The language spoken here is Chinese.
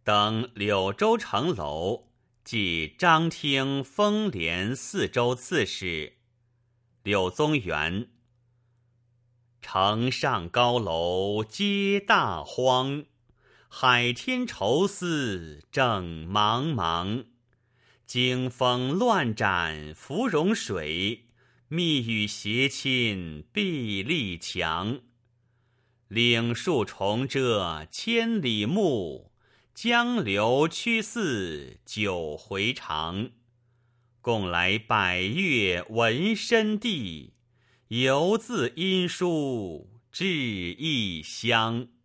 登柳州城楼，即张听丰廉4州刺史。柳宗元。城上高楼皆大荒，海天愁思正茫茫。惊风乱斩芙蓉水，密雨斜侵壁立墙。岭树重遮千里目，江流曲似9回长。共来百越闻深地，犹自因书至异乡。